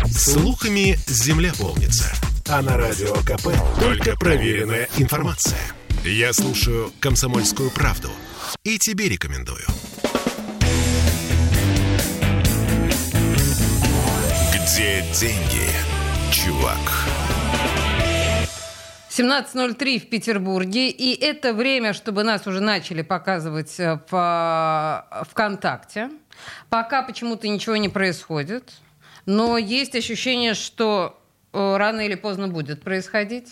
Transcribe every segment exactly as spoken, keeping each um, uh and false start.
Слухами земля полнится. А на Радио КП только проверенная информация. Я слушаю «Комсомольскую правду» и тебе рекомендую. Где деньги, чувак? семнадцать ноль три в Петербурге, и это время, чтобы нас уже начали показывать по ВКонтакте. Пока почему-то ничего не происходит, но есть ощущение, что рано или поздно будет происходить.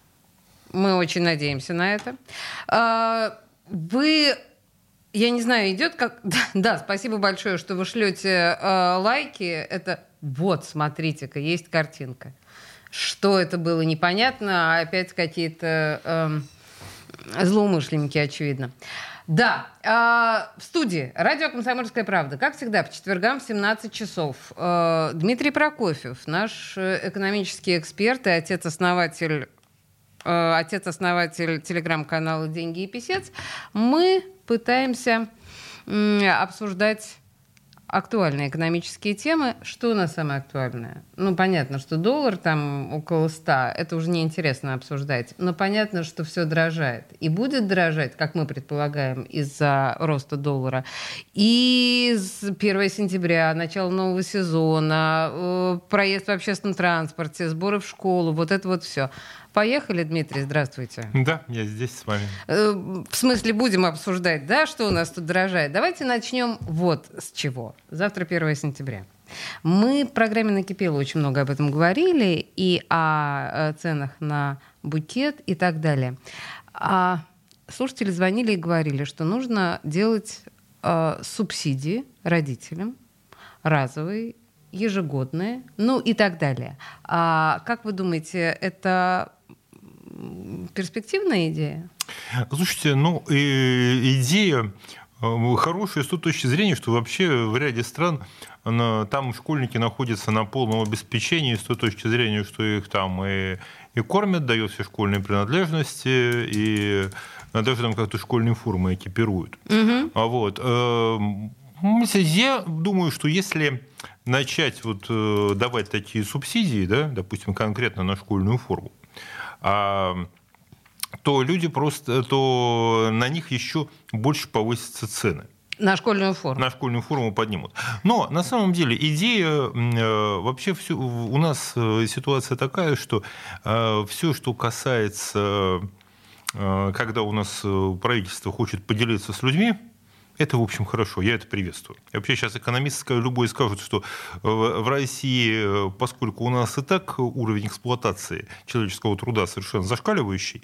Мы очень надеемся на это. Вы, я не знаю, идет как... Да, спасибо большое, что вы шлете лайки. Это вот, смотрите-ка, есть картинка. Что это было, непонятно, а опять какие-то э, злоумышленники, очевидно. Да, э, в студии радио «Комсомольская правда», как всегда, по четвергам в семнадцать часов. Э, Дмитрий Прокофьев, наш экономический эксперт и отец-основатель, э, отец-основатель телеграм-канала «Деньги и писец». Мы пытаемся э, обсуждать актуальные экономические темы. Что у нас самое актуальное? Ну, понятно, что доллар там около ста, это уже неинтересно обсуждать, но понятно, что все дорожает. И будет дорожать, как мы предполагаем, из-за роста доллара. И с первого сентября, начало нового сезона, проезд в общественном транспорте, сборы в школу, вот это вот все. Поехали, Дмитрий, здравствуйте. Да, я здесь с вами. В смысле, будем обсуждать, да, что у нас тут дорожает. Давайте начнем вот с чего. Завтра первого сентября. Мы в программе «Накипело» очень много об этом говорили, и о ценах на букет и так далее. А слушатели звонили и говорили, что нужно делать э, субсидии родителям, разовые, ежегодные, ну и так далее. А как вы думаете, это перспективная идея? Слушайте, ну, и, идея хорошая с той точки зрения, что вообще в ряде стран на, там школьники находятся на полном обеспечении с той точки зрения, что их там и, и кормят, дают все школьные принадлежности, и даже там как-то школьные формы экипируют. Угу. А вот, я думаю, что если начать вот давать такие субсидии, да, допустим, конкретно на школьную форму, то люди просто, то на них еще больше повысятся цены. На школьную форму. На школьную форму поднимут. Но на самом деле идея, вообще все, у нас ситуация такая, что все, что касается, когда у нас правительство хочет поделиться с людьми, это, в общем, хорошо, я это приветствую. И вообще сейчас экономисты любой скажут, что в России, поскольку у нас и так уровень эксплуатации человеческого труда совершенно зашкаливающий,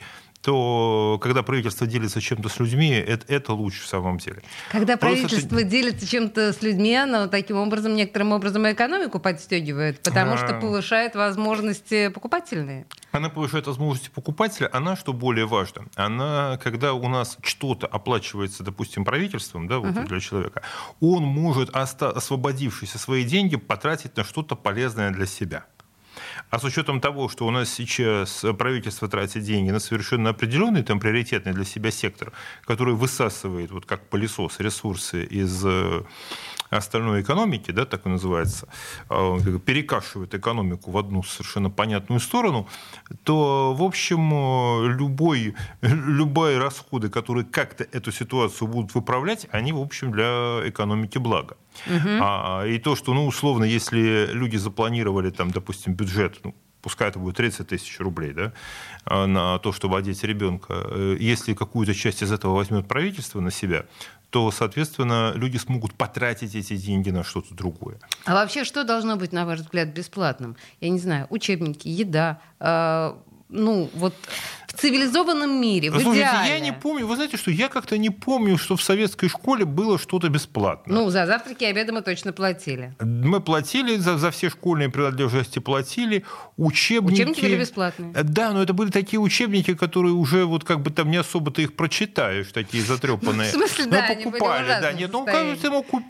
то когда правительство делится чем-то с людьми, это, это лучше в самом деле. Когда Просто правительство ты... делится чем-то с людьми, оно таким образом, некоторым образом экономику подстегивает, потому а... что повышает возможности покупательные. Она повышает возможности покупателя, она, что более важно, она, когда у нас что-то оплачивается, допустим, правительством, да, вот uh-huh. для человека, он может, освободившиеся свои деньги, потратить на что-то полезное для себя. А с учетом того, что у нас сейчас правительство тратит деньги на совершенно определенный, там, приоритетный для себя сектор, который высасывает, вот как пылесос, ресурсы из остальной экономики, да, так и называется, перекашивает экономику в одну совершенно понятную сторону, то, в общем, любой, любые расходы, которые как-то эту ситуацию будут выправлять, они, в общем, для экономики благо. Угу. А, и то, что, ну, условно, если люди запланировали, там, допустим, бюджет, ну, пускай это будет тридцать тысяч рублей, да, на то, чтобы одеть ребенка, если какую-то часть из этого возьмет правительство на себя, то, соответственно, люди смогут потратить эти деньги на что-то другое. А вообще, что должно быть, на ваш взгляд, бесплатным? Я не знаю, учебники, еда, э, ну, вот в цивилизованном мире, в Слушайте, идеале. я не помню, вы знаете, что я как-то не помню, что в советской школе было что-то бесплатное. Ну, за завтраки и обеды мы точно платили. Мы платили, за, за все школьные принадлежности платили. Учебники... Учебники были бесплатные. Да, но это были такие учебники, которые уже вот как бы там не особо ты их прочитаешь, такие затрепанные. В смысле, да, они покупали, были в да, нет, ну, как ты мог купить?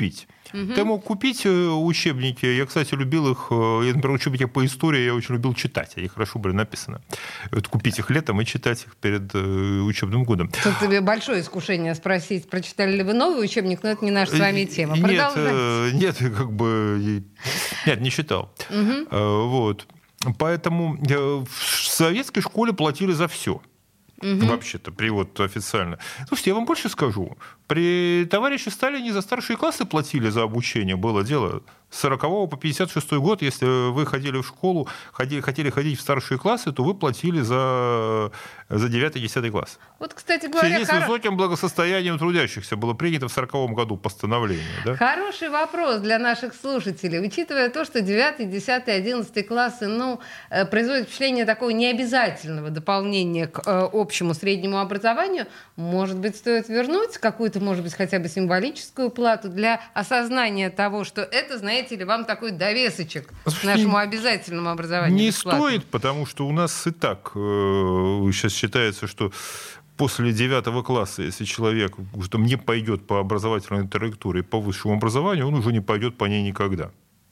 Угу. Ты мог купить учебники. Я, кстати, любил их. Я, например, учебники по истории я очень любил читать. Они хорошо были написаны. Вот купить их летом и читать их перед учебным годом. Тут тебе большое искушение спросить, прочитали ли вы новый учебник, но это не наша с вами тема. Нет, нет, как бы... Нет, не читал. Угу. Вот. Поэтому в советской школе платили за все. Угу. Вообще-то, привод официально. Слушайте, я вам больше скажу. При товарище Сталине за старшие классы платили за обучение. Было дело. С сорокового по пятьдесят шестой год, если вы ходили в школу, ходили, хотели ходить в старшие классы, то вы платили за, за девятый-десятый класс. Вот, кстати говоря... В связи с хор... высоким благосостоянием трудящихся было принято в сороковом году постановление. Да? Хороший вопрос для наших слушателей. Учитывая то, что девятый, десятый, одиннадцатый классы ну, производят впечатление такого необязательного дополнения к э, общему среднему образованию, может быть, стоит вернуть какую-то, может быть, хотя бы символическую плату для осознания того, что это, знаете, или вам такой довесочек к нашему обязательному образованию? Не стоит, потому что у нас и так э, сейчас считается, что после девятого класса, если человек уже там не пойдет по образовательной траектории, по высшему образованию, он уже не пойдет по ней никогда.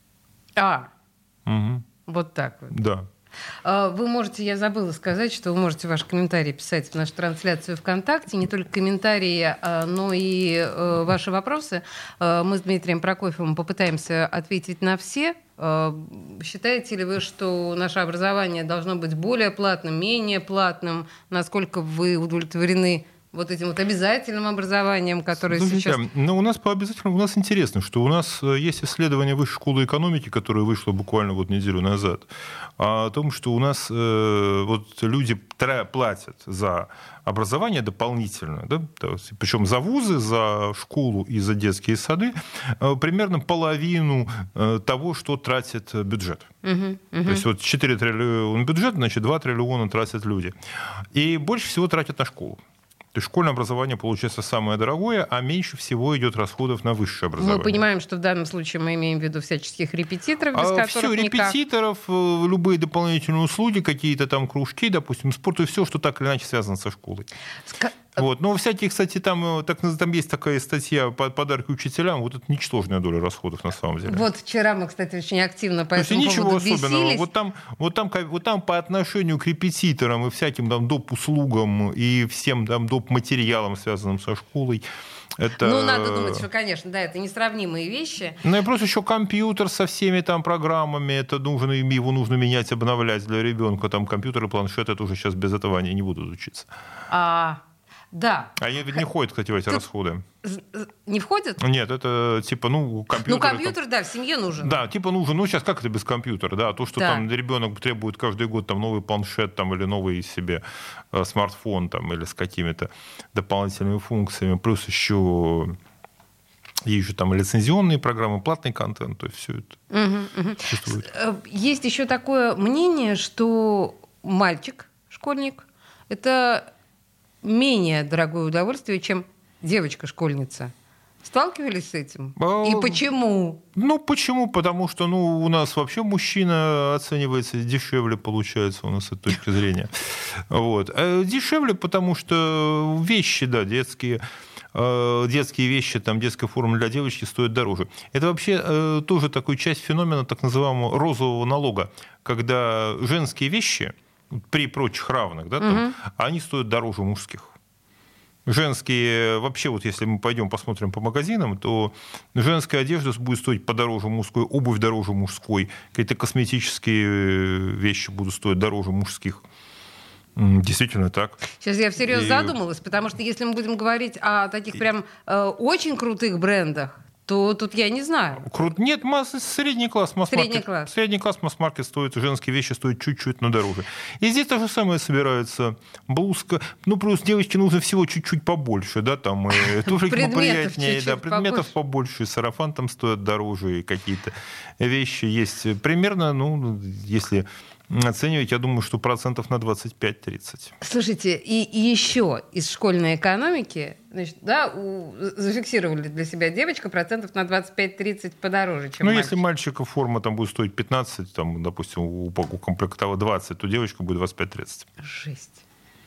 А, угу. Вот так вот. Да. Вы можете, я забыла сказать, что вы можете ваши комментарии писать в нашу трансляцию ВКонтакте. Не только комментарии, но и ваши вопросы. Мы с Дмитрием Прокофьевым попытаемся ответить на все. Считаете ли вы, что наше образование должно быть более платным, менее платным? Насколько вы удовлетворены вот этим вот обязательным образованием, которое Слушайте, сейчас... Ну, у нас по обязательному, у нас интересно, что у нас есть исследование Высшей школы экономики, которое вышло буквально вот неделю назад, о том, что у нас э, вот люди платят за образование дополнительно, да, причем за вузы, за школу и за детские сады, э, примерно половину э, того, что тратит бюджет. Uh-huh, uh-huh. То есть вот четыре триллиона бюджет, значит, два триллиона тратят люди. И больше всего тратят на школу. То есть школьное образование получается самое дорогое, а меньше всего идет расходов на высшее образование. Мы понимаем, что в данном случае мы имеем в виду всяческих репетиторов, без а которых все, никак... репетиторов, любые дополнительные услуги, какие-то там кружки, допустим, спорт и все, что так или иначе связано со школой. Ска... Вот. Но всякие, кстати, там, так, там есть такая статья «Подарки учителям», вот это ничтожная доля расходов на самом деле. Вот вчера мы, кстати, очень активно по этому ничего поводу особенного. бесились. Вот там, вот, там, вот там по отношению к репетиторам и всяким там доп. Услугам и всем там доп. Материалам, связанным со школой, это... Ну, надо думать, что, конечно, да, это несравнимые вещи. Ну, и просто еще компьютер со всеми там программами, это нужно, его нужно менять, обновлять для ребенка. Там компьютер и планшет, это уже сейчас без этого они не будут учиться. А... Да. Они ведь не ходят, кстати, в эти Тут расходы. Не входят? Нет, это типа, ну, компьютер... Ну, компьютер, да, в семье нужен. Да, типа нужен. Ну, сейчас как это без компьютера, да? То, что да. там ребенок требует каждый год там новый планшет там, или новый себе э, смартфон там, или с какими-то дополнительными функциями. Плюс еще есть же там лицензионные программы, платный контент, то есть все это угу, угу. существует. Есть еще такое мнение, что мальчик, школьник, это... менее дорогое удовольствие, чем девочка-школьница. Сталкивались с этим? А, и почему? Ну, почему? Потому что ну, у нас вообще мужчина оценивается дешевле, получается, у нас с этой точки зрения. Вот. А дешевле, потому что вещи, да, детские, детские вещи, там, детская форма для девочки стоит дороже. Это вообще тоже такая часть феномена так называемого розового налога, когда женские вещи... при прочих равных, да, там, угу. они стоят дороже мужских. Женские, вообще, вот если мы пойдем посмотрим по магазинам, то женская одежда будет стоить подороже мужской, обувь дороже мужской, какие-то косметические вещи будут стоить дороже мужских. Действительно так. Сейчас я всерьез И... задумалась, потому что если мы будем говорить о таких прям э, очень крутых брендах, то тут я не знаю. Крут... Нет, масс... средний класс, масс-маркет. Средний класс. Средний класс, масс-маркет стоит, женские вещи стоят чуть-чуть, но дороже. И здесь то же самое собирается. Блузка, ну, плюс девочке нужно всего чуть-чуть побольше, да, там, и туфельки поприятнее, да, предметов побольше, сарафан там стоит дороже, и какие-то вещи есть. Примерно, ну, если... оценивать, я думаю, что процентов на двадцать пять-тридцать. Слушайте, и, и еще из школьной экономики, значит, да, у, зафиксировали для себя девочка процентов на двадцать пять-тридцать подороже, чем ну, мальчик. Если мальчика форма там будет стоить пятнадцать, там, допустим, у, у комплекта двадцать, то девочка будет двадцать пять-тридцать. Жесть.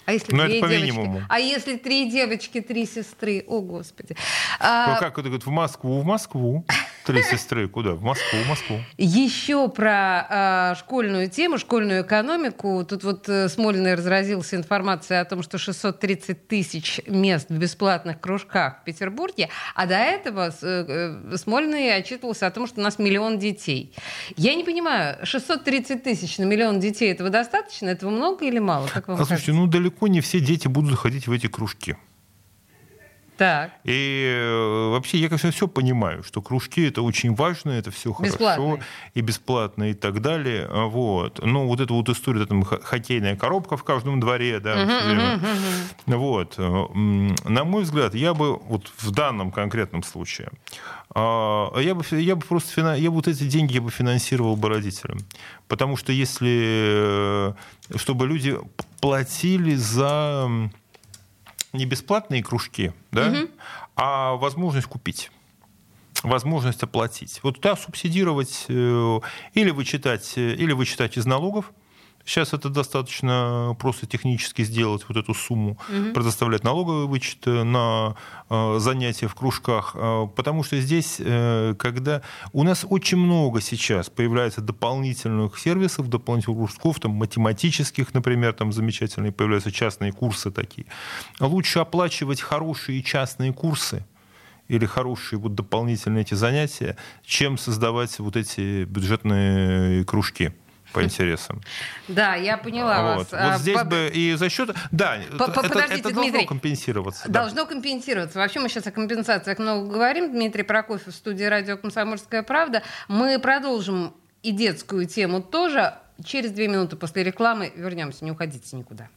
А если, Но две это по девочки? минимуму. А если три девочки, три сестры? О, Господи. Ну, А... как это говорят, в Москву, в Москву. Три сестры. Куда? В Москву, в Москву. Еще про а, школьную тему, школьную экономику. Тут вот э, Смольный разразился информацией о том, что шестьсот тридцать тысяч мест в бесплатных кружках в Петербурге, а до этого э, э, Смольный отчитывался о том, что у нас миллион детей. Я не понимаю, шестьсот тридцать тысяч на миллион детей, этого достаточно? Этого много или мало? Как вам а, слушайте, ну далеко не все дети будут заходить в эти кружки. Так. И э, вообще я, конечно, все понимаю, что кружки это очень важно, это все хорошо и бесплатно и так далее. Вот. Но вот эта вот история, там, хоккейная коробка в каждом дворе, да, uh-huh, uh-huh, uh-huh. Вот. На мой взгляд, я бы вот в данном конкретном случае, я бы, я бы просто я бы вот эти деньги я бы финансировал бы родителям. Потому что если, чтобы люди платили за не бесплатные кружки, да, угу. а возможность купить, возможность оплатить. Вот туда субсидировать или вычитать, или вычитать из налогов. Сейчас это достаточно просто технически сделать, вот эту сумму, угу. предоставлять налоговый вычет на занятия в кружках, потому что здесь, когда у нас очень много сейчас появляется дополнительных сервисов, дополнительных кружков, там, математических, например, там замечательные появляются частные курсы такие. Лучше оплачивать хорошие частные курсы или хорошие вот дополнительные эти занятия, чем создавать вот эти бюджетные кружки по интересам. Да, я поняла вот. вас. Вот здесь По... бы и за счет... Да, это, это должно Дмитрий, компенсироваться. Должно да. компенсироваться. Вообще мы сейчас о компенсациях много говорим. Дмитрий Прокофьев в студии радио «Комсомольская правда». Мы продолжим и детскую тему тоже. Через две минуты после рекламы вернемся. Не уходите никуда.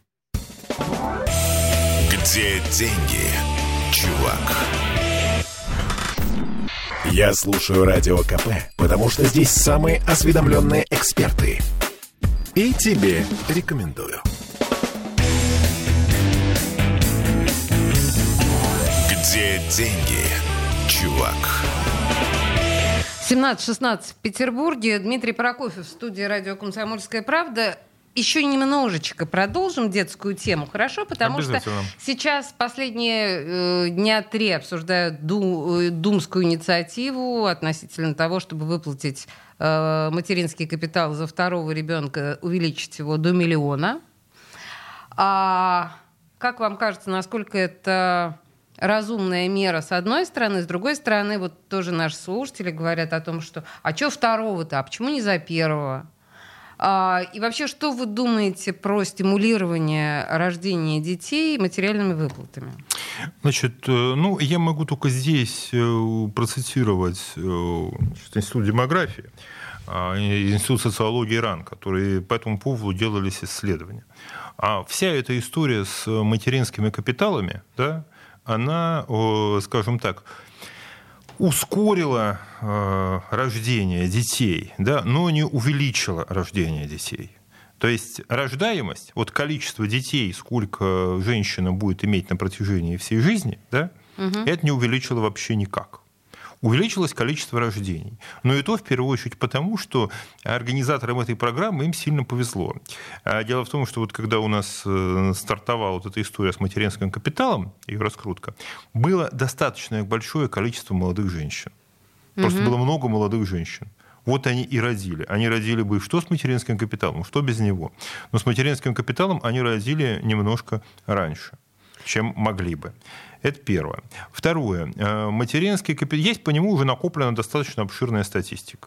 Где деньги, чувак? Я слушаю Радио КП, потому что здесь самые осведомленные эксперты. И тебе рекомендую. Где деньги, чувак? семнадцать шестнадцать в Петербурге. Дмитрий Прокофьев в студии радио «Комсомольская правда». Еще немножечко продолжим детскую тему, хорошо? Потому что сейчас последние э, дня три обсуждают ду, э, думскую инициативу относительно того, чтобы выплатить э, материнский капитал за второго ребенка, увеличить его до миллиона. А как вам кажется, насколько это разумная мера с одной стороны, с другой стороны, вот тоже наши слушатели говорят о том, что а что второго-то, а почему не за первого? И вообще, что вы думаете про стимулирование рождения детей материальными выплатами? Значит, ну, я могу только здесь процитировать значит, Институт демографии, Институт социологии РАН, которые по этому поводу делались исследования. А вся эта история с материнскими капиталами, да, она, скажем так, ускорила э, рождение детей, да, но не увеличила рождение детей. То есть рождаемость, вот количество детей, сколько женщина будет иметь на протяжении всей жизни, да, угу. это не увеличило вообще никак. Увеличилось количество рождений. Но и то, в первую очередь, потому, что организаторам этой программы им сильно повезло. Дело в том, что вот когда у нас стартовала вот эта история с материнским капиталом, ее раскрутка, было достаточно большое количество молодых женщин. Просто угу. было много молодых женщин. Вот они и родили. Они родили бы что с материнским капиталом, что без него. Но с материнским капиталом они родили немножко раньше, чем могли бы. Это первое. Второе. Материнский капитал. Есть по нему уже накоплена достаточно обширная статистика.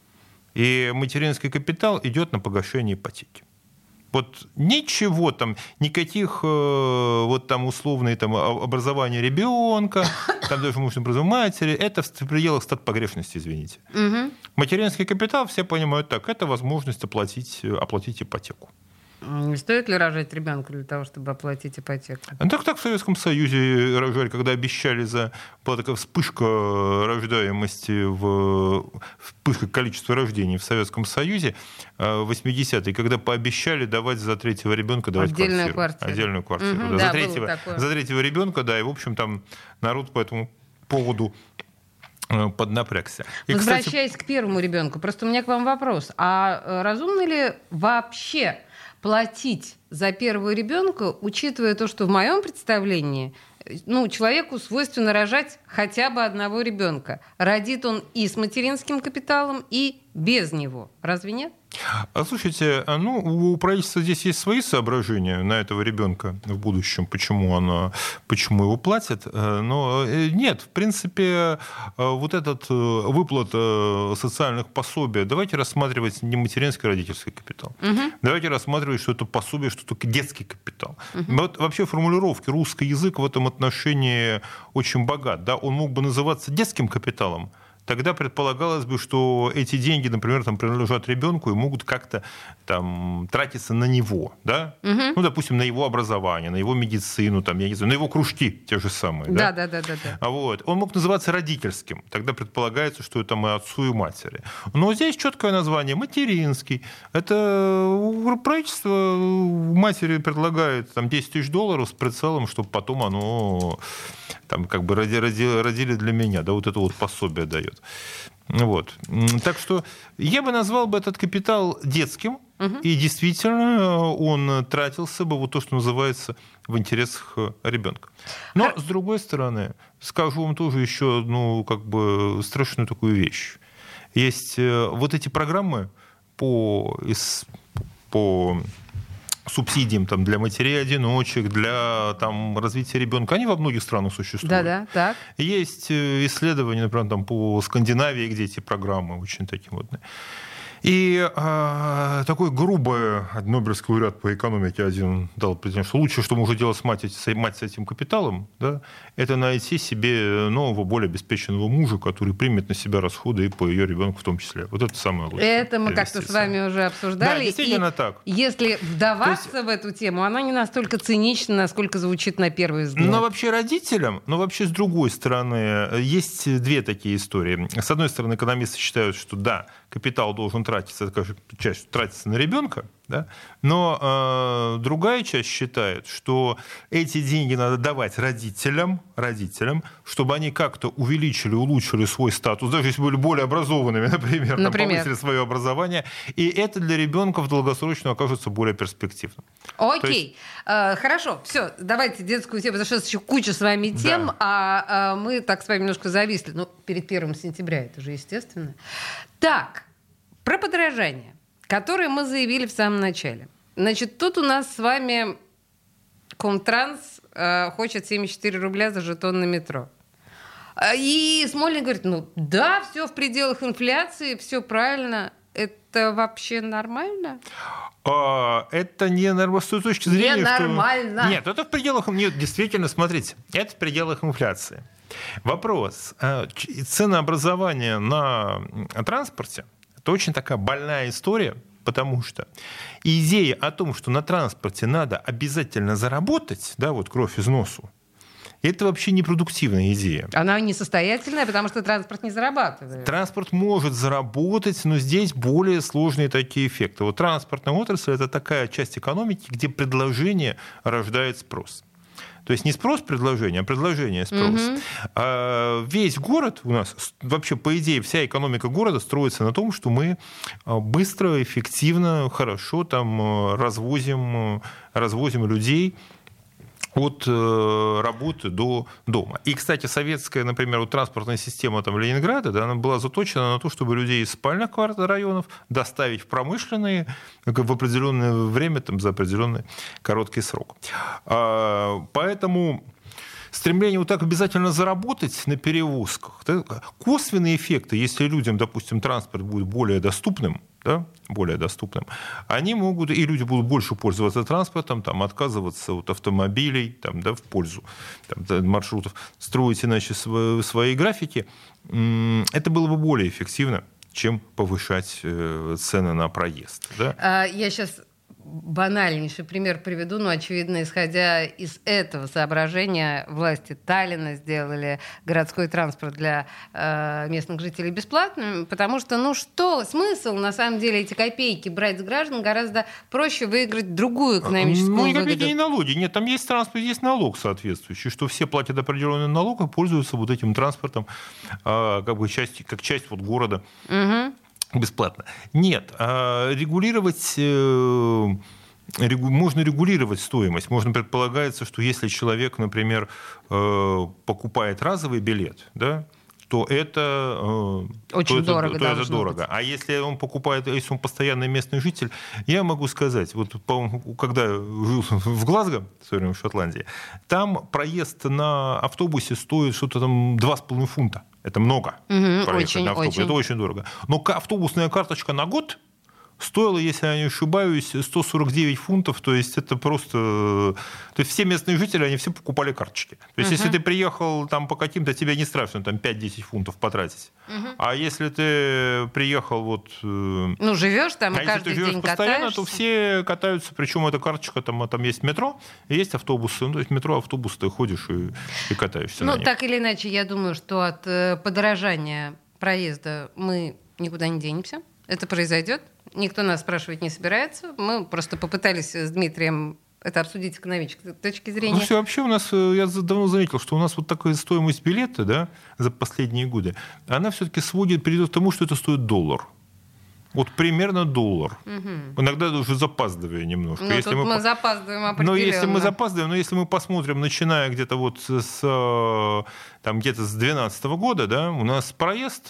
И материнский капитал идет на погашение ипотеки. Вот ничего там, никаких вот там условные там, образования ребенка, там даже может образование матери, это в пределах стат погрешности, извините. Угу. Материнский капитал, все понимают так, это возможность оплатить, оплатить ипотеку. Не стоит ли рожать ребенка для того, чтобы оплатить ипотеку? Ну, так, так в Советском Союзе рожали, когда обещали за... Была такая вспышка рождаемости, в... вспышка количества рождений в Советском Союзе в восьмидесятые, когда пообещали давать за третьего ребенка давать отдельную квартиру. квартиру. Отдельную квартиру. Угу, да, да, за, третьего, за третьего ребенка, да, и, в общем, там народ по этому поводу поднапрягся. И, возвращаясь кстати... к первому ребенку, просто у меня к вам вопрос. А разумно ли вообще платить за первого ребенка, учитывая то, что в моем представлении, ну, человеку свойственно рожать хотя бы одного ребенка. Родит он и с материнским капиталом, и без него. Разве нет? А слушайте, ну, у правительства здесь есть свои соображения на этого ребенка в будущем, почему, оно, почему его платят. Но нет, в принципе, вот этот выплата социальных пособий, давайте рассматривать не материнский родительский капитал. Угу. Давайте рассматривать, что это пособие, что это детский капитал. Угу. Вот вообще формулировки, русский язык в этом отношении очень богат. Да? Он мог бы называться детским капиталом. Тогда предполагалось бы, что эти деньги, например, там, принадлежат ребенку и могут как-то там, тратиться на него, да? Угу. Ну, допустим, на его образование, на его медицину, там, я не знаю, на его кружки те же самые. Да, да, да, да, да, да. А вот. Он мог называться родительским. Тогда предполагается, что это мы отцу и матери. Но здесь четкое название материнский. Это правительство матери предлагает там, десять тысяч долларов с прицелом, чтобы потом оно там, как бы родили, родили для меня. Да, вот это вот пособие дает. Вот. Так что я бы назвал бы этот капитал детским, угу. И действительно он тратился бы вот то, что называется в интересах ребенка. Но, а... с другой стороны, скажу вам тоже еще одну как бы страшную такую вещь. Есть вот эти программы по, по субсидиям там, для матерей-одиночек, для там, развития ребенка, они во многих странах существуют. Да-да, так. Есть исследования, например, там, по Скандинавии, где эти программы очень такие модные. И а, такой грубый Нобелевский лауреат по экономике один дал определение, что лучшее, что может делать мать, мать с этим капиталом, да, это найти себе нового, более обеспеченного мужа, который примет на себя расходы и по ее ребенку в том числе. Вот это самое лучшее. Это мы как-то с вами уже обсуждали. Да, действительно и так. Если вдаваться есть... в эту тему, она не настолько цинична, насколько звучит на первый взгляд. Но вообще родителям, но вообще с другой стороны, есть две такие истории. С одной стороны, экономисты считают, что да, капитал должен тратиться, скажем, часть тратится на ребенка, да? Но э, другая часть считает, что эти деньги надо давать родителям, родителям, чтобы они как-то увеличили, улучшили свой статус, даже если были более образованными, например, например. Там, повысили свое образование, и это для ребенка в долгосрочном окажется более перспективным. Окей, есть... э, хорошо, все, давайте детскую тему, потому что еще куча с вами тем, да. а, а мы так с вами немножко зависли, ну, перед первым сентября, это же естественно. Так, про подорожание, которое мы заявили в самом начале. Значит, тут у нас с вами Комтранс э, хочет семьдесят четыре рубля за жетон на метро. И Смольный говорит, ну да, все в пределах инфляции, все правильно. Это вообще нормально? А, это не нормально с той точки зрения, не что... нормально. Нет, это в пределах... Нет, действительно, смотрите, это в пределах инфляции. Вопрос. Ценообразование на транспорте – это очень такая больная история, потому что идея о том, что на транспорте надо обязательно заработать, да, вот кровь из носу, это вообще непродуктивная идея. Она несостоятельная, потому что транспорт не зарабатывает. Транспорт может заработать, но здесь более сложные такие эффекты. Вот транспортная отрасль – это такая часть экономики, где предложение рождает спрос. То есть не спрос предложение, а предложение спрос. Угу. А весь город у нас, вообще, по идее, вся экономика города строится на том, что мы быстро, эффективно, хорошо там развозим, развозим людей от работы до дома. И, кстати, советская, например, вот транспортная система там, Ленинграда, да, она была заточена на то, чтобы людей из спальных районов доставить в промышленные в определенное время, там, за определенный короткий срок. Поэтому стремление вот так обязательно заработать на перевозках, да, косвенные эффекты, если людям, допустим, транспорт будет более доступным, да, более доступным, они могут, и люди будут больше пользоваться транспортом, там, отказываться от автомобилей там, да, в пользу там, маршрутов, строить иначе свои, свои графики, это было бы более эффективно, чем повышать цены на проезд. Да? Я сейчас банальнейший пример приведу, но, очевидно, исходя из этого соображения, власти Таллина сделали городской транспорт для э, местных жителей бесплатным, потому что, ну что, смысл, на самом деле, эти копейки брать с граждан, гораздо проще выиграть другую экономическую ну, выгоду. Ну, никакие не налоги. Нет, там есть транспорт, есть налог соответствующий, что все платят определенный налог и пользуются вот этим транспортом э, как бы часть, как часть вот города. Угу. Бесплатно. Нет, регулировать можно регулировать стоимость. Можно предполагается, что если человек, например, покупает разовый билет, да, то это, Очень то дорого, это, то это дорого. А если он покупает, если он постоянный местный житель, я могу сказать, вот, когда жил в Глазго, в свое время в Шотландии, там проезд на автобусе стоит что-то там два с половиной фунта. Это много. Угу, очень, на автобус. очень. Это очень дорого. Но автобусная карточка на год стоило, если я не ошибаюсь, сто сорок девять фунтов, то есть это просто... То есть все местные жители, они все покупали карточки. То есть uh-huh. если ты приехал там по каким-то, тебе не страшно там пять-десять фунтов потратить. Uh-huh. А если ты приехал вот... Ну, живешь там а и каждый если ты день постоянно, катаешься, то все катаются, причем эта карточка, там, там есть метро, и есть автобусы. Ну, то есть метро, автобус, ты ходишь и, и катаешься Ну, на них. так или иначе, я думаю, что от э, подорожания проезда мы никуда не денемся. Это произойдет. Никто нас спрашивать не собирается. Мы просто попытались с Дмитрием это обсудить с экономической точки зрения. Ну, все, вообще у нас, я давно заметил, что у нас вот такая стоимость билета, да, за последние годы, она все-таки сводит, придет к тому, что это стоит доллар. Вот примерно доллар. Угу. Иногда уже запаздывая немножко. Ну, если мы, мы запаздываем определенно. Но если мы запаздываем, но если мы посмотрим, начиная где-то вот с, там, где-то с две тысячи двенадцатого года, да, у нас проезд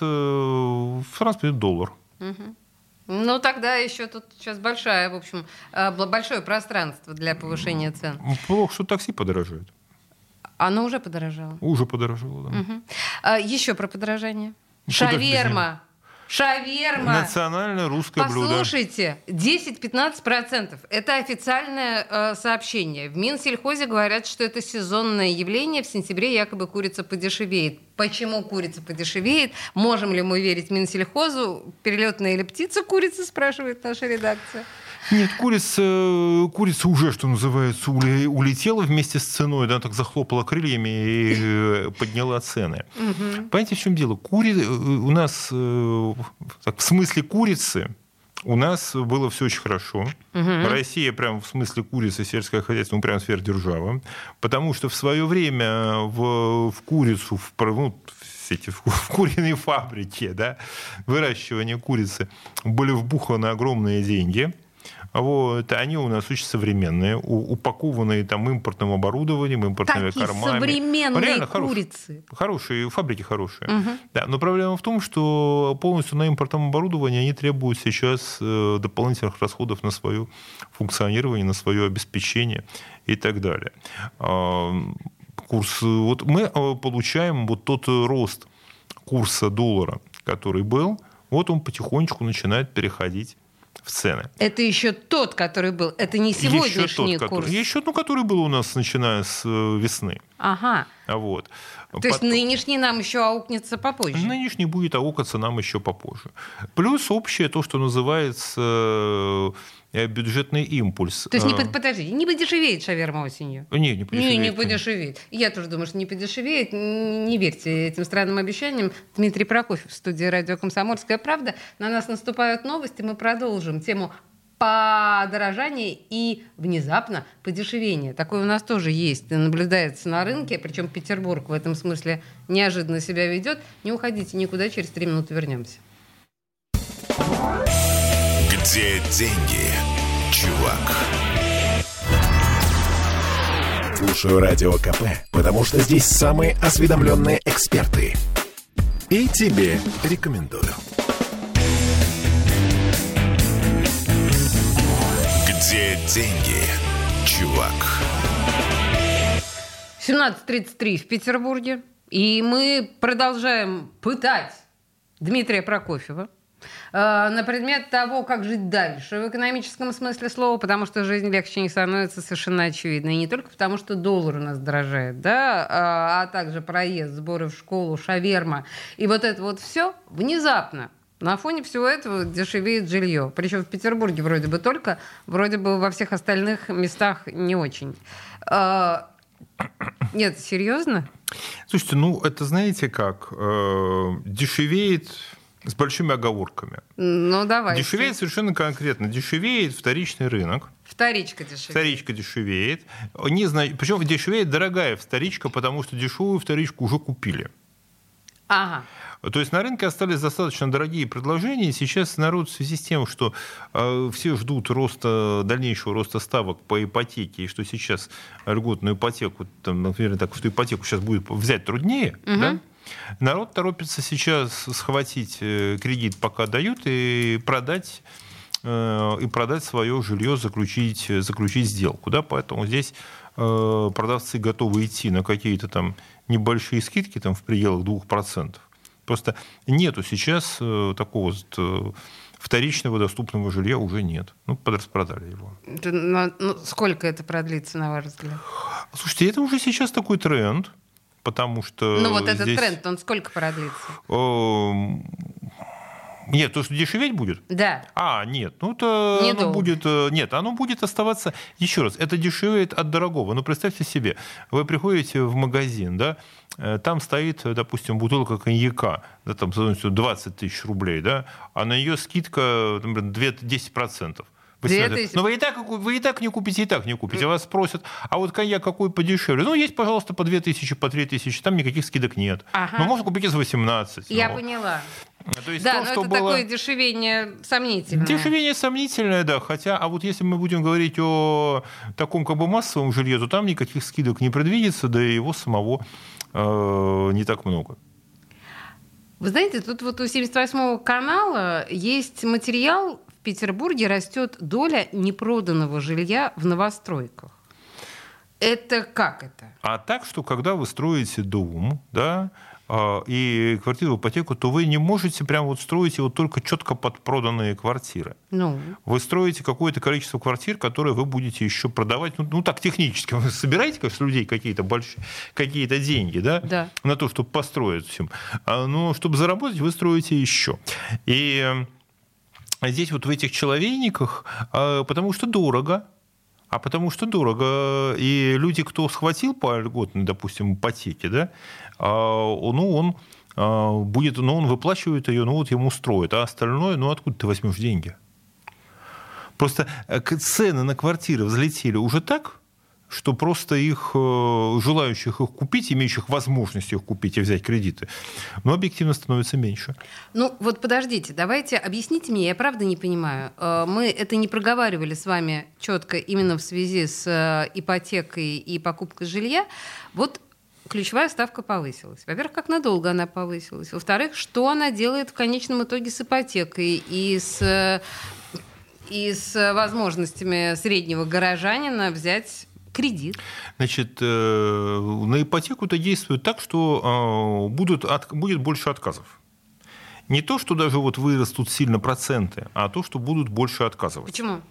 в транспорте доллар. Угу. Ну, тогда еще тут сейчас большая, в общем, большое пространство для повышения цен. Плохо, что такси подорожает. Оно уже подорожало. Уже подорожало, да. Угу. А, еще про подорожание. Шаверма. Шаверма. Национальное русское блюдо. Послушайте, десять-пятнадцать процентов. Это официальное э, сообщение. В Минсельхозе говорят, что это сезонное явление. В сентябре якобы курица подешевеет. Почему курица подешевеет? Можем ли мы верить Минсельхозу? Перелетная или птица курица, спрашивает наша редакция. Нет, курица, курица уже, что называется, улетела вместе с ценой, да, так захлопала крыльями и подняла цены. Угу. Понимаете, в чем дело? Кури... У нас, так, в смысле курицы, у нас было все очень хорошо. Угу. Россия прям в смысле курицы, сельское хозяйство, ну, прям сверхдержава. Потому что в свое время в, в курицу, в, ну, эти, в куриной фабрике, да, выращивание курицы были вбуханы огромные деньги. Вот, они у нас очень современные, упакованные там импортным оборудованием, импортными Такие кормами. Современные реально курицы. Хорошие, хорошие, фабрики хорошие. Угу. Да, но проблема в том, что полностью на импортном оборудовании они требуют сейчас дополнительных расходов на свое функционирование, на свое обеспечение и так далее. Курс, вот мы получаем вот тот рост курса доллара, который был, вот он потихонечку начинает переходить в цены. Это еще тот, который был. Это не сегодняшний еще тот, курс. Который, еще ну, который был у нас, начиная с весны. Ага. Вот. То Потом... есть нынешний нам еще аукнется попозже? Нынешний будет аукаться нам еще попозже. Плюс общее то, что называется бюджетный импульс. То есть, не, подожди, не подешевеет шаверма осенью? Не, не подешевеет. Не, не подешевеет. Я тоже думаю, что не подешевеет. Не верьте этим странным обещаниям. Дмитрий Прокофьев в студии радио «Комсомольская правда». На нас наступают новости. Мы продолжим тему подорожания и внезапно подешевения. Такое у нас тоже есть, наблюдается на рынке. Причем Петербург в этом смысле неожиданно себя ведет. Не уходите никуда, через три минуты вернемся. Где деньги, чувак? Слушаю Радио КП, потому что здесь самые осведомленные эксперты. И тебе рекомендую. Где деньги, чувак? семнадцать тридцать три в Петербурге. И мы продолжаем пытать Дмитрия Прокофьева на предмет того, как жить дальше в экономическом смысле слова, потому что жизнь легче не становится, совершенно очевидно. И не только потому, что доллар у нас дорожает, да, а также проезд, сборы в школу, шаверма. И вот это вот все внезапно. На фоне всего этого дешевеет жилье. Причем в Петербурге вроде бы только, вроде бы во всех остальных местах не очень. Нет, серьезно? Слушайте, ну это знаете как? Дешевеет... С большими оговорками. Ну, давайте. Дешевеет совершенно конкретно. Дешевеет вторичный рынок. Вторичка дешевеет. Вторичка дешевеет. Не знаю, причем дешевеет дорогая вторичка, потому что дешевую вторичку уже купили. Ага. То есть на рынке остались достаточно дорогие предложения. Сейчас народ в связи с тем, что э, все ждут роста, дальнейшего роста ставок по ипотеке, и что сейчас льготную ипотеку, там, например, так, что ипотеку сейчас будет взять труднее, угу. да? Народ торопится сейчас схватить кредит, пока дают, и продать, э, и продать свое жилье, заключить, заключить сделку. Да? Поэтому здесь э, продавцы готовы идти на какие-то там небольшие скидки там, в пределах двух процентов. Просто нету сейчас э, такого вот, э, вторичного доступного жилья уже нет. Ну, подраспродали его. Это, ну, сколько это продлится, на ваш взгляд? Слушайте, это уже сейчас такой тренд, потому что... Ну, вот этот здесь... тренд, он сколько продлится? Э, нет, то, что дешеветь будет? Да. А, нет, ну то Недолго. оно будет, нет, оно будет оставаться, еще раз, это дешевеет от дорогого. Ну, представьте себе, вы приходите в магазин, да, там стоит, допустим, бутылка коньяка, да, там двадцать тысяч рублей, да, а на нее скидка, например, десять процентов. Вы но вы и, так, вы и так не купите, и так не купите. Вас спросят, а вот коньяк какой подешевле? Ну, есть, пожалуйста, по две тысячи, по три тысячи, там никаких скидок нет. Ага. Но можно купить и за восемнадцать. Я но... поняла. То есть да, то, но что это было... такое дешевение сомнительное. Дешевение сомнительное, да. Хотя, а вот если мы будем говорить о таком как бы массовом жилье, то там никаких скидок не предвидится, да и его самого э, не так много. Вы знаете, тут вот у семьдесят восьмого канала есть материал. В Петербурге растет доля непроданного жилья в новостройках. Это как это? А так, что когда вы строите дом, да, и квартиру в ипотеку, то вы не можете прям вот строить его только четко под проданные квартиры. Ну. Вы строите какое-то количество квартир, которые вы будете еще продавать. Ну, ну так, технически. Вы собираете, конечно, с людей какие-то большие, какие-то деньги, да, да. на то, чтобы построить всем. Но чтобы заработать, вы строите еще. И здесь вот в этих человейниках, потому что дорого, а потому что дорого. И люди, кто схватил по льготной, допустим, ипотеке, да, ну, он будет, ну, он выплачивает ее, ну, вот ему строят, а остальное, ну, откуда ты возьмешь деньги? Просто цены на квартиры взлетели уже так, что просто их, желающих их купить, имеющих возможность их купить и взять кредиты, но объективно становится меньше. Ну, вот подождите, давайте объясните мне, я правда не понимаю. Мы это не проговаривали с вами четко именно в связи с ипотекой и покупкой жилья. Вот ключевая ставка повысилась. Во-первых, как надолго она повысилась? Во-вторых, что она делает в конечном итоге с ипотекой и с, и с возможностями среднего горожанина взять кредит? Значит, на ипотеку это действует так, что будут, будет больше отказов. Не то, что даже вот вырастут сильно проценты, а то, что будут больше отказывать. Почему?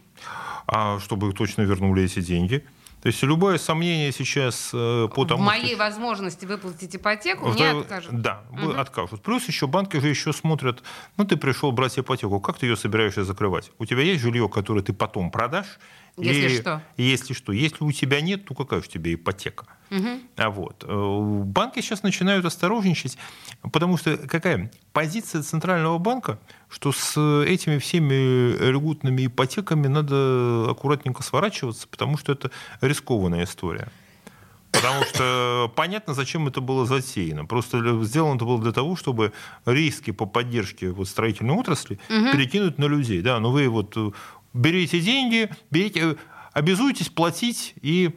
А чтобы точно вернули эти деньги. То есть любое сомнение сейчас по тому, в моей что... возможности выплатить ипотеку в... мне откажут. Да, угу. откажут. Плюс еще банки же еще смотрят, ну ты пришел брать ипотеку, как ты ее собираешься закрывать? У тебя есть жилье, которое ты потом продашь? Если и... что. Если что. Если у тебя нет, то какая же у тебя ипотека? Угу. А вот. Банки сейчас начинают осторожничать, потому что какая позиция Центрального банка, что с этими всеми льготными ипотеками надо аккуратненько сворачиваться, потому что это рискованная история. Потому что понятно, зачем это было затеяно. Просто сделано это было для того, чтобы риски по поддержке вот строительной отрасли угу. перекинуть на людей. Да, но вы вот берите деньги, берите, обязуйтесь платить, и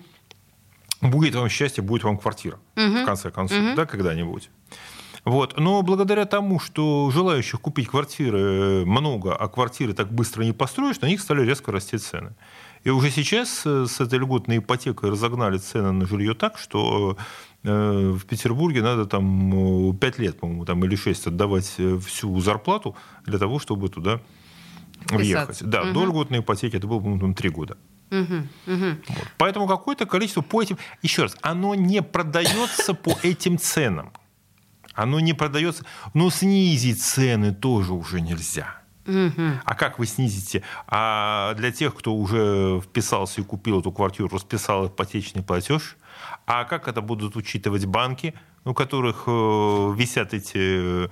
будет вам счастье, будет вам квартира, угу. в конце концов, угу. да, когда-нибудь. Вот. Но благодаря тому, что желающих купить квартиры много, а квартиры так быстро не построишь, на них стали резко расти цены. И уже сейчас с этой льготной ипотекой разогнали цены на жилье так, что в Петербурге надо там пять лет, по-моему, там, или шесть отдавать всю зарплату для того, чтобы туда въехать. Да, угу. До льготной ипотеки это было, по-моему, три года. Угу, угу. Вот. Поэтому какое-то количество по этим... Еще раз, оно не продается по этим ценам. Оно не продается... Но снизить цены тоже уже нельзя. Угу. А как вы снизите? А для тех, кто уже вписался и купил эту квартиру, расписал ипотечный платеж, а как это будут учитывать банки, у которых висят эти,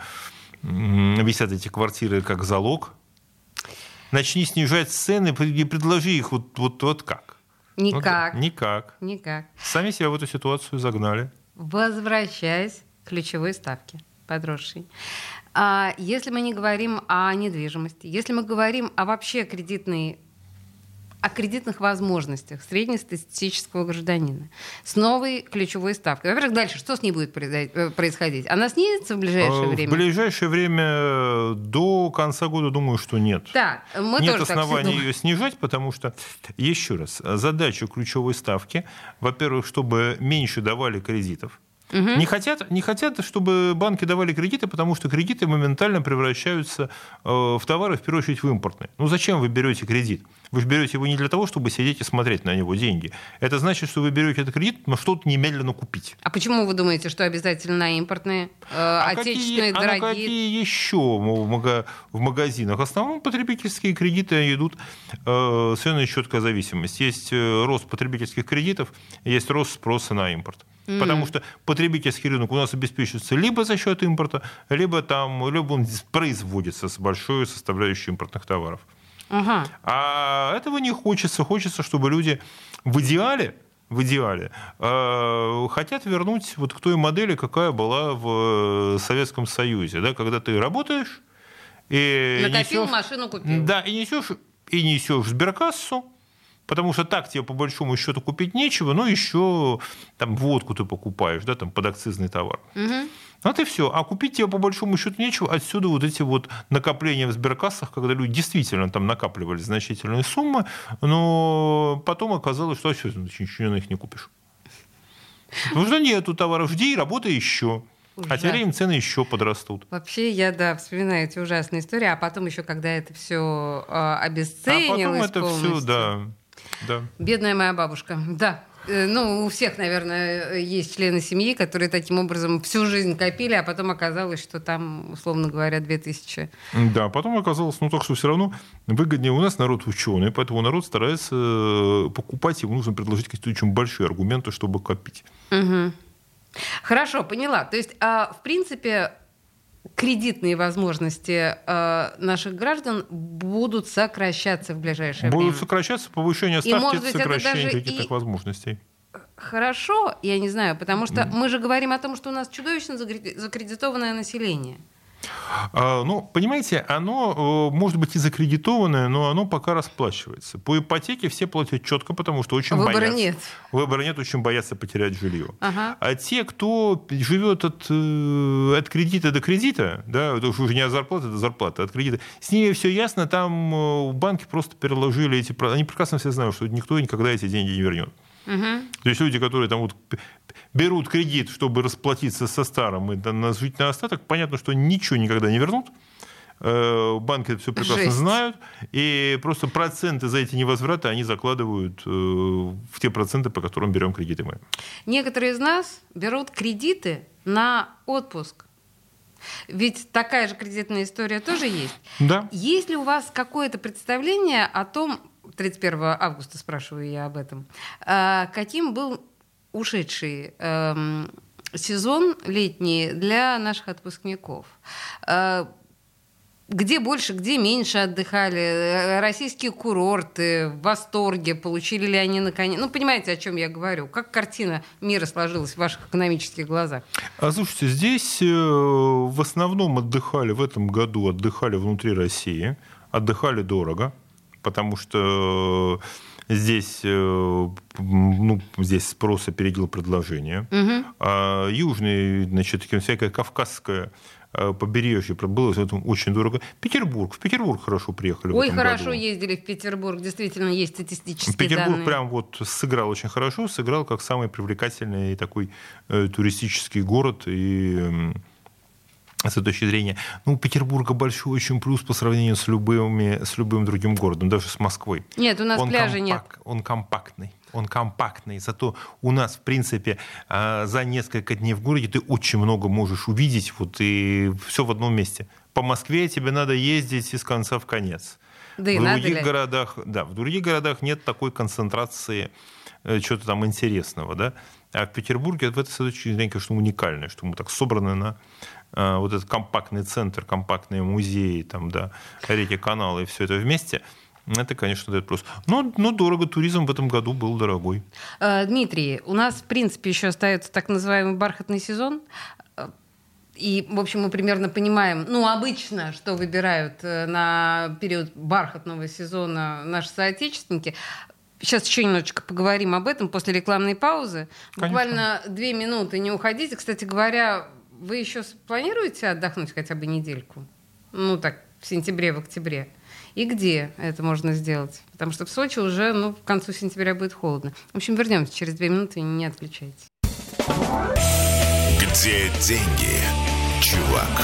висят эти квартиры как залог? Начни снижать цены и предложи их вот, вот, вот как? Никак. Ну, никак. Никак. Сами себя в эту ситуацию загнали. Возвращаясь к ключевой ставке. подросший. А если мы не говорим о недвижимости, если мы говорим о вообще кредитной о кредитных возможностях среднестатистического гражданина с новой ключевой ставкой. Во-первых, дальше что с ней будет происходить? Она снизится в ближайшее в время? В ближайшее время до конца года, думаю, что нет. Да, мы нет тоже оснований так ее снижать, потому что, еще раз, задача ключевой ставки, во-первых, чтобы меньше давали кредитов. Угу. Не хотят, не хотят, чтобы банки давали кредиты, потому что кредиты моментально превращаются в товары, в первую очередь, в импортные. Ну зачем вы берете кредит? Вы же берете его не для того, чтобы сидеть и смотреть на него деньги. Это значит, что вы берете этот кредит, но что-то немедленно купить. А почему вы думаете, что обязательно на импортные, э, а отечественные, какие, дорогие? А какие еще в магазинах? В основном потребительские кредиты идут э, совершенно четкая зависимость. Есть рост потребительских кредитов, есть рост спроса на импорт. Mm. Потому что потребительский рынок у нас обеспечивается либо за счет импорта, либо, там, либо он производится с большой составляющей импортных товаров. Uh-huh. А этого не хочется. Хочется, чтобы люди в идеале, в идеале э, хотят вернуть вот к той модели, какая была в Советском Союзе. Да, когда ты работаешь и накопил, несешь, машину купил. Да, и несешь, и несешь сберкассу, потому что так тебе по большому счету купить нечего, но еще там водку ты покупаешь, да, там подакцизный товар. Uh-huh. Вот и все. А купить тебе по большому счету нечего. Отсюда вот эти вот накопления в сберкассах, когда люди действительно там накапливали значительные суммы, но потом оказалось, что все, ничего на них не купишь. Потому что нету товаров, жди и работай еще. Ужасно. А тем временем цены еще подрастут. Вообще, я, да, вспоминаю эти ужасные истории, а потом еще, когда это все э, обесценилось А потом это все, да, да. Бедная моя бабушка, да. Ну, у всех, наверное, есть члены семьи, которые таким образом всю жизнь копили, а потом оказалось, что там, условно говоря, две тысячи. Да, потом оказалось, ну, так что все равно выгоднее. У нас народ ученый, поэтому народ старается покупать, ему нужно предложить какие-то очень большие аргументы, чтобы копить. Угу. Хорошо, поняла. То есть, в принципе, кредитные возможности э, наших граждан будут сокращаться в ближайшее будут время. Будут сокращаться, повышение ставки, это сокращение кредитных и... возможностей. Хорошо, я не знаю, потому что mm. мы же говорим о том, что у нас чудовищно закредитованное население. А, ну, понимаете, оно может быть и закредитованное, но оно пока расплачивается. По ипотеке все платят четко, потому что очень Выбора боятся. нет. Выбора нет, очень боятся потерять жилье. Ага. А те, кто живет от, от кредита до кредита, да, это уже не от зарплаты до зарплаты, а от кредита, с ними все ясно, там банки просто переложили эти... Они прекрасно все знают, что никто никогда эти деньги не вернет. Угу. То есть люди, которые там вот берут кредит, чтобы расплатиться со старым и там, жить на остаток, понятно, что ничего никогда не вернут. Банки это все прекрасно Жесть. знают. И просто проценты за эти невозвраты они закладывают в те проценты, по которым берем кредиты мы. Некоторые из нас берут кредиты на отпуск. Ведь такая же кредитная история тоже есть. Да. Есть ли у вас какое-то представление о том, тридцать первого августа спрашиваю я об этом, каким был ушедший э, сезон летний для наших отпускников? Э, где больше, где меньше отдыхали? Российские курорты в восторге? Получили ли они наконец? Ну, понимаете, о чем я говорю? Как картина мира сложилась в ваших экономических глазах? А слушайте, здесь в основном отдыхали в этом году, отдыхали внутри России, отдыхали дорого, потому что здесь, ну, здесь спрос опередил предложение. Угу. А южный, значит, всякое кавказское побережье было очень дорого. Петербург. В Петербург хорошо приехали. Ой, в этом хорошо году. ездили в Петербург. Действительно, есть статистические Петербург данные. прям вот сыграл очень хорошо, сыграл как самый привлекательный такой э, туристический город. И э, с этой точки зрения, ну, у Петербурга большой очень плюс по сравнению с, любыми, с любым другим городом, даже с Москвой. Нет, у нас он пляжа компак, нет. Он компактный. Он компактный. Зато у нас, в принципе, за несколько дней в городе ты очень много можешь увидеть, вот, и все в одном месте. По Москве тебе надо ездить из конца в конец. Да и в надо других ли? городах, да, в других городах нет такой концентрации чего-то там интересного, да. А в Петербурге в этой точке зрения, конечно, уникальное, что мы так собраны на вот этот компактный центр, компактные музеи, там, да, реки, каналы и все это вместе. Это, конечно, дает плюс. Но, но дорого. Туризм в этом году был дорогой. Дмитрий, у нас, в принципе, еще остается так называемый бархатный сезон. И, в общем, мы примерно понимаем, ну, обычно, что выбирают на период бархатного сезона наши соотечественники. Сейчас еще немножечко поговорим об этом после рекламной паузы. Конечно. Буквально две минуты, не уходите. Кстати говоря, вы еще планируете отдохнуть хотя бы недельку? Ну, так, в сентябре, в октябре. И где это можно сделать? Потому что в Сочи уже, ну, к концу сентября будет холодно. В общем, вернемся через две минуты, не отключайтесь. Где деньги, чувак?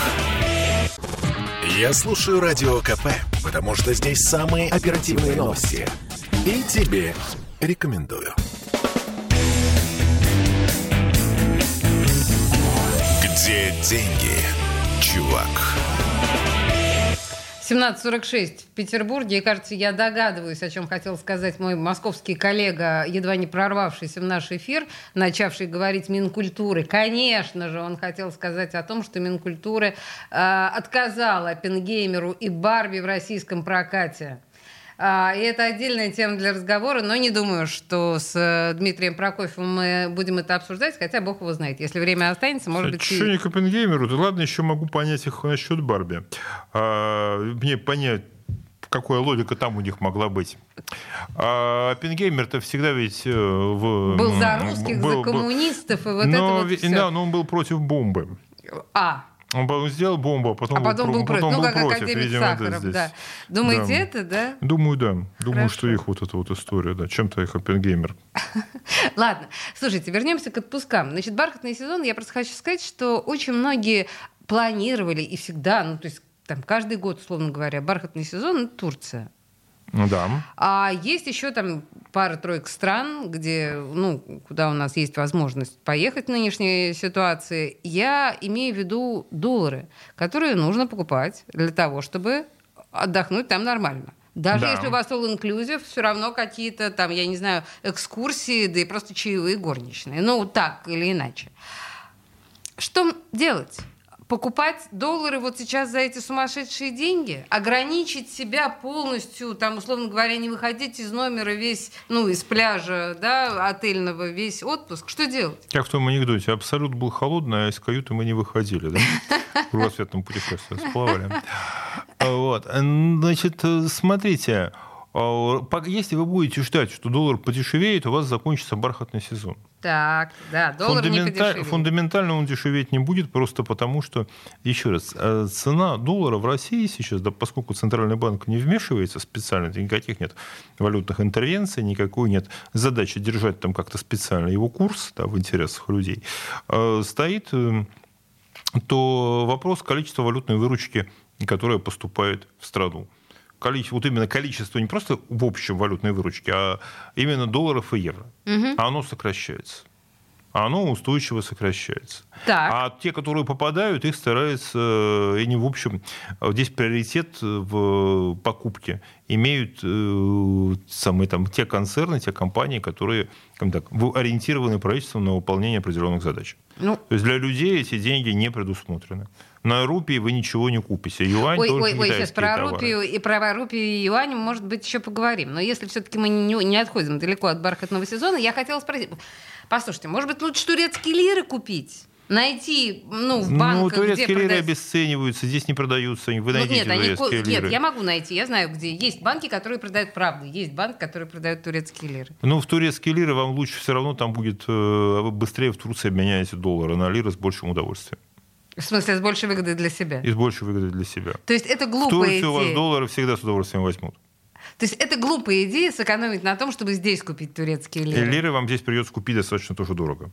Я слушаю Радио КП, потому что здесь самые оперативные новости. И тебе рекомендую. Где деньги, чувак? семнадцать сорок шесть в Петербурге. И, кажется, я догадываюсь, о чем хотел сказать мой московский коллега, едва не прорвавшийся в наш эфир, начавший говорить Минкультуры. Конечно же, он хотел сказать о том, что Минкультура э, отказала Оппенгеймеру и Барби в российском прокате. А, и это отдельная тема для разговора, но не думаю, что с Дмитрием Прокофьевым мы будем это обсуждать, хотя бог его знает. Если время останется, может быть... Что не к Оппенгеймеру, то ладно, еще могу понять их насчет Барби. А, мне понять, какая логика там у них могла быть. А Оппенгеймер-то всегда ведь... В... Был за русских, был, за коммунистов, был... и вот но, это вот все. Да, но он был против бомбы. А, Он сделал бомбу, а потом, а потом был, был, потом ну, был как против. Академик Видимо, Сахаров, да, да. Думаете, да. это, да? Думаю, да. Думаю, Хорошо. что их вот эта вот история, да. Чем-то их Оппенгеймер. Ладно. Слушайте, вернемся к отпускам. Значит, бархатный сезон, я просто хочу сказать, что очень многие планировали и всегда, ну, то есть там каждый год, условно говоря, бархатный сезон — это Турция. Да. А есть еще там пара-тройка стран, где, ну, куда у нас есть возможность поехать в нынешней ситуации. Я имею в виду доллары, которые нужно покупать для того, чтобы отдохнуть там нормально. Даже да. если у вас all-inclusive, все равно какие-то там, я не знаю, экскурсии, да и просто чаевые горничные. Ну, так или иначе. Что делать? Покупать доллары вот сейчас за эти сумасшедшие деньги? Ограничить себя полностью, там, условно говоря, не выходить из номера весь, ну, из пляжа, да, отельного, весь отпуск? Что делать? Как в том анекдоте. Абсолют был холодный, а из каюты мы не выходили, да? В кругосветном путешествии всплывали. Вот. Значит, смотрите, если вы будете ждать, что доллар подешевеет, у вас закончится бархатный сезон. Так, да, доллар не подешевеет. Фундаментально он дешеветь не будет, просто потому что, еще раз, цена доллара в России сейчас, да, поскольку Центральный банк не вмешивается специально, никаких нет валютных интервенций, никакой нет задачи держать там как-то специально его курс, да, в интересах людей, стоит, то вопрос количества валютной выручки, которая поступает в страну. Количество, вот именно количество не просто в общем валютной выручке, а именно долларов и евро. Угу. А оно сокращается. А оно устойчиво сокращается. Так. А те, которые попадают, их стараются, и не в общем, здесь приоритет в покупке имеют самые, там, те концерны, те компании, которые так, ориентированы правительством на выполнение определенных задач. Ну. То есть для людей эти деньги не предусмотрены. На рупии вы ничего не купите. Юань ой, тоже ой, ой, сейчас про товары. рупию и про рупию и юань, может быть, еще поговорим. Но если все-таки мы не, не отходим далеко от бархатного сезона, я хотела спросить. Послушайте, может быть, лучше турецкие лиры купить? Найти, ну, в банках, ну, турецкие где лиры продать... обесцениваются, здесь не продаются. Вы ну, найдите нет, они... турецкие нет, лиры. Нет, я могу найти, я знаю, где. Есть банки, которые продают правду, есть банк, который продает турецкие лиры. Ну, в турецкие лиры вам лучше все равно там будет... Вы быстрее в Турции обменяете доллары на лиры с большим удовольствием. В смысле, с большей выгодой для себя? И с большей выгодой для себя. То есть это глупая идея. В Турции идея. у вас доллары всегда с удовольствием возьмут. То есть это глупая идея сэкономить на том, чтобы здесь купить турецкие лиры. И лиры вам здесь придется купить достаточно тоже дорого.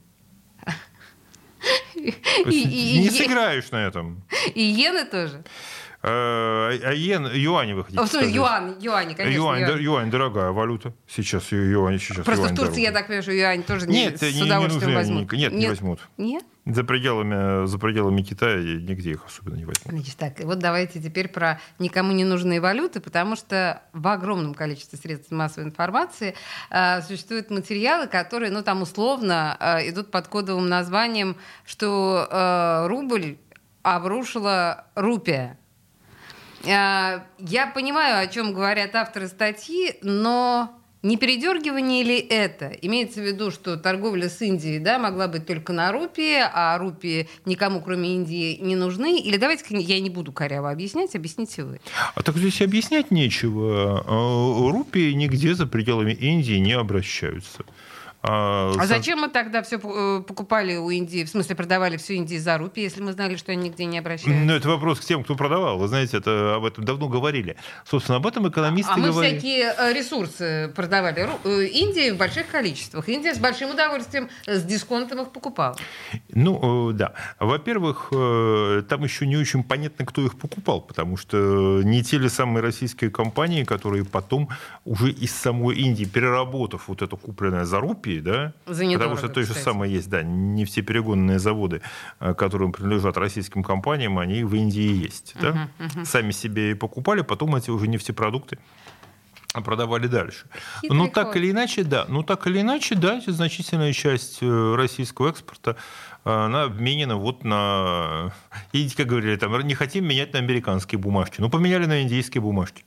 И, не и, сыграешь на этом. И иены тоже? А, а иен, юани вы хотите О, в смысле, юань, юань, конечно. Юань, юань. юань дорогая валюта. Сейчас юань, сейчас Просто юань в Турции, дорогая. я так понимаю, что юань тоже не, нет, с не, удовольствием не возьмут. Они, нет, нет, не возьмут. Нет? За пределами, за пределами Китая нигде их особенно не возьмут. Значит, так, вот давайте теперь про никому не нужные валюты, потому что в огромном количестве средств массовой информации э, существуют материалы, которые, ну, там условно э, идут под кодовым названием, что э, рубль обрушила рупия. Э, я понимаю, о чем говорят авторы статьи, но Не передергивание ли это? Имеется в виду, что торговля с Индией, да, могла быть только на рупии, а рупии никому, кроме Индии, не нужны? Или давайте я не буду коряво объяснять, объясните вы. А так здесь объяснять нечего. Рупии нигде за пределами Индии не обращаются. А, а зачем мы тогда все покупали у Индии, в смысле продавали всю Индию за рупии, если мы знали, что они нигде не обращаются? Ну, это вопрос к тем, кто продавал. Вы знаете, это, об этом давно говорили. Собственно, об этом экономисты а мы говорили. всякие ресурсы продавали Индии в больших количествах. Индия с большим удовольствием, с дисконтом их покупала. Ну, да. Во-первых, там еще не очень понятно, кто их покупал, потому что не те ли самые российские компании, которые потом уже из самой Индии, переработав вот это купленное за рупии, да? Потому что то же самое есть, да, нефтеперегонные заводы, которым принадлежат российским компаниям, они в Индии есть. Да? Uh-huh, uh-huh. Сами себе и покупали, потом эти уже нефтепродукты продавали дальше. Хитрый Но так ход. или иначе, да, ну так или иначе, да, значительная часть российского экспорта она обменена вот на, видите, как говорили, там, не хотим менять на американские бумажки, ну поменяли на индийские бумажки.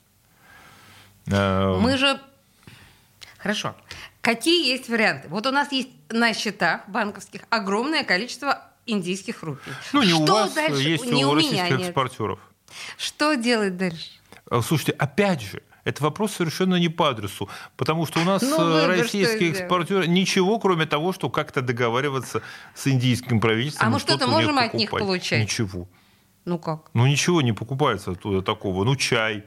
Мы же, хорошо. Какие есть варианты? Вот у нас есть на счетах банковских огромное количество индийских рупий. Ну, не что у вас, дальше? есть не у у российских меня нет. экспортеров. Что делать дальше? Слушайте, опять же, это вопрос совершенно не по адресу, потому что у нас ну, российские экспортеры ничего, кроме того, что как-то договариваться с индийским правительством. А мы что-то можем от них получать? Ничего. Ну как? Ну ничего не покупается оттуда такого. Ну чай.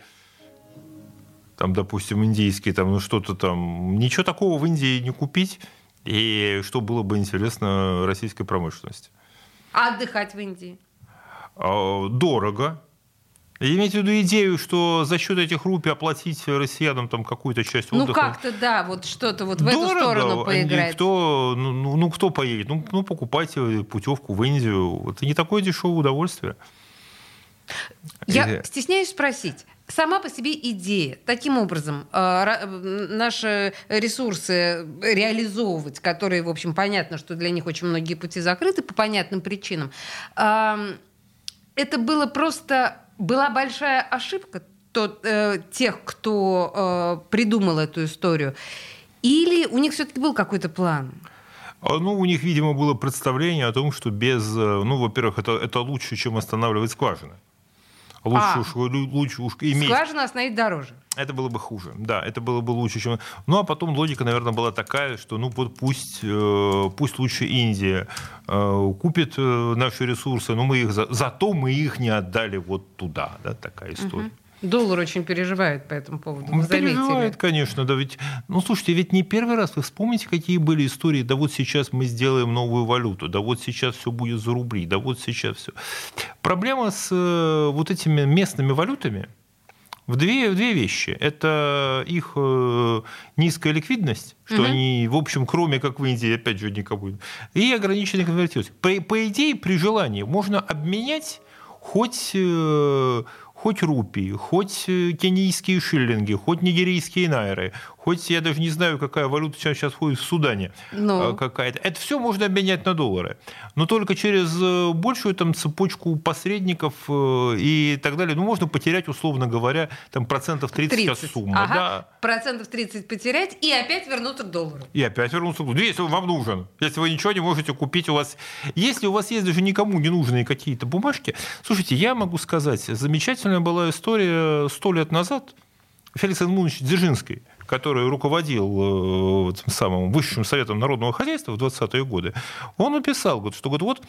Там, допустим, индийский, там, ну что-то там. Ничего такого в Индии не купить, и что было бы интересно российской промышленности. А отдыхать в Индии? Дорого. И иметь в виду идею, что за счет этих рупий оплатить россиянам там какую-то часть отдыха. Ну как-то, да, вот что-то вот в дорого. эту сторону поиграть. Кто, ну, ну, ну, кто поедет? Ну, ну, покупайте путевку в Индию. Это не такое дешевое удовольствие. Я и... стесняюсь спросить. Сама по себе идея, таким образом, э, наши ресурсы реализовывать, которые, в общем, понятно, что для них очень многие пути закрыты по понятным причинам, э, это было просто, была большая ошибка тот, э, тех, кто э, придумал эту историю, или у них все-таки был какой-то план? Ну, у них, видимо, было представление о том, что без, ну, во-первых, это, это лучше, чем останавливать скважины. Лучше, а, уж, лучше уж иметь. Скважину остановить дороже. Это было бы хуже, да, это было бы лучше, чем... Ну, а потом логика, наверное, была такая, что, ну, вот пусть, пусть лучше Индия купит наши ресурсы, но мы их... Зато мы их не отдали вот туда, да, такая история. Угу. Доллар очень переживает по этому поводу. Вы переживает, заметили? конечно, да, ведь... Ну, слушайте, ведь не первый раз, вы вспомните, какие были истории, да вот сейчас мы сделаем новую валюту, да вот сейчас все будет за рубли, да вот сейчас все. Проблема с вот этими местными валютами в две, в две вещи. Это их низкая ликвидность, что угу. они, в общем, кроме как в Индии, опять же, никого, и ограниченная конвертируемость. По, по идее, при желании можно обменять хоть... Хоть рупии, хоть кенийские шиллинги, хоть нигерийские найры, хоть я даже не знаю, какая валюта сейчас, сейчас ходит в Судане. Но... какая-то. Это все можно обменять на доллары. Но только через большую там, цепочку посредников и так далее. Ну, можно потерять, условно говоря, там, процентов тридцать, тридцать. От суммы. Ага. Да. Процентов тридцать потерять и опять вернуться к доллару. И опять вернуться к доллару. Если вам нужен. Если вы ничего не можете купить, у вас... Если у вас есть даже никому не нужные какие-то бумажки... Слушайте, я могу сказать, замечательная была история сто лет назад. Феликс Эдмундович Дзержинский, который руководил тем самым Высшим советом народного хозяйства в двадцатые годы, он написал, что вот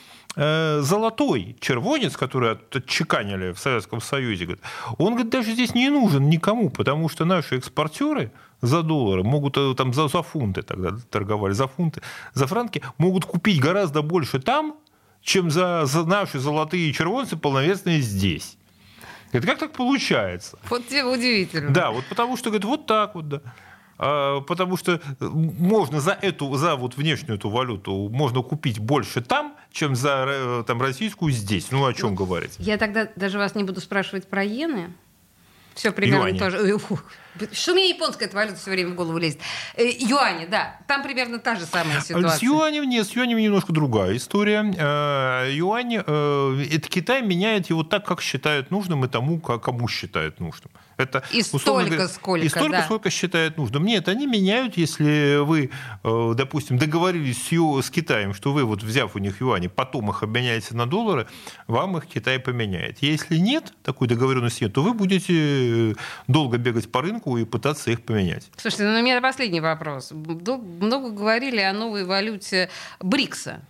золотой червонец, который отчеканили в Советском Союзе, он говорит, даже здесь не нужен никому, потому что наши экспортеры за доллары могут, там за, за фунты тогда торговали, за фунты, за франки, могут купить гораздо больше там, чем за, за наши золотые червонцы полновесные здесь. Это как так получается? Вот удивительно. Да, вот потому что, говорит, вот так вот, да. А, потому что можно за эту, за вот внешнюю эту валюту можно купить больше там, чем за там, российскую здесь. Ну, о чем ну, говорить? Я тогда даже вас не буду спрашивать про иены. Все примерно Юани. тоже. Что мне японская эта валюта все время в голову лезет? Э, юани, да. Там примерно та же самая ситуация. С юанем нет, с юанем немножко другая история. Юань, это Китай меняет его так, как считает нужным, и тому, кому считает нужным. Это, и столько, говоря, сколько. И столько, да. сколько считает нужным. Нет, они меняют, если вы, допустим, договорились с Китаем, что вы, вот, взяв у них юани, потом их обменяете на доллары, вам их Китай поменяет. Если нет, такой договоренности нет, то вы будете долго бегать по рынку и пытаться их поменять. Слушайте, ну у меня последний вопрос. Много говорили о новой валюте БРИКСа.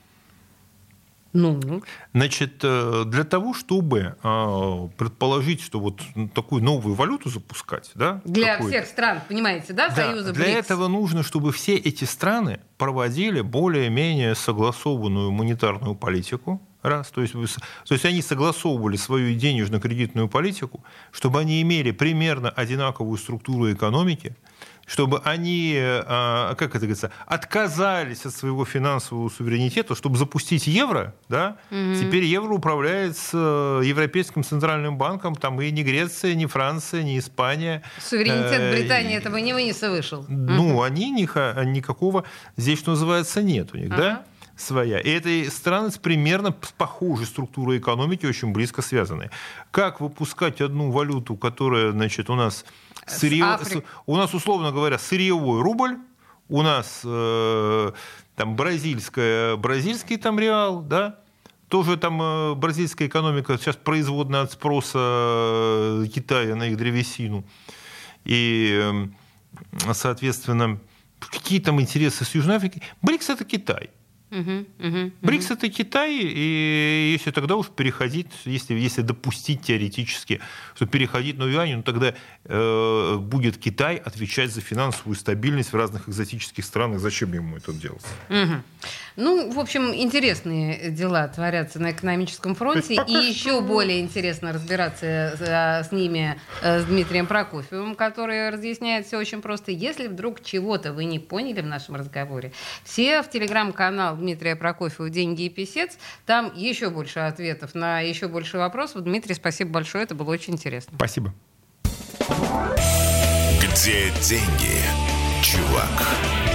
Ну. Значит, для того, чтобы предположить, что вот такую новую валюту запускать, да, для всех стран, понимаете, да, да, Союза для БРИКС. этого нужно, чтобы все эти страны проводили более-менее согласованную монетарную политику. Раз, то есть, то есть они согласовывали свою денежно-кредитную политику, чтобы они имели примерно одинаковую структуру экономики, чтобы они, как это говорится, отказались от своего финансового суверенитета, чтобы запустить евро, да? Mm-hmm. Теперь евро управляется Европейским центральным банком, там и ни Греция, ни Франция, ни Испания. Суверенитет Британии этого не вынес и вышел. Ну, mm-hmm. они никакого здесь, что называется, нет у них, uh-huh. да? Своя. И это страны с примерно с похожей структурой экономики, очень близко связаны. Как выпускать одну валюту, которая, значит, у нас сырье, у нас, условно говоря, сырьевой рубль, у нас э, там бразильская, бразильский там реал, да, тоже там э, бразильская экономика сейчас производная от спроса Китая на их древесину. И, э, соответственно, какие там интересы с Южной Африкой? БРИКС – это Китай. Uh-huh, uh-huh, uh-huh. БРИКС – это Китай, и если тогда уж переходить, если, если допустить теоретически, что переходить на юань, ну, тогда э, будет Китай отвечать за финансовую стабильность в разных экзотических странах. Зачем ему это делать? Uh-huh. Ну, в общем, интересные дела творятся на экономическом фронте, и еще более интересно разбираться с, с ними с Дмитрием Прокофьевым, который разъясняет все очень просто. Если вдруг чего-то вы не поняли в нашем разговоре, все в телеграм-канал Дмитрия Прокофьева «Деньги и писец». Там еще больше ответов на еще больше вопросов. Дмитрий, спасибо большое. Это было очень интересно. Спасибо. Где деньги, чувак?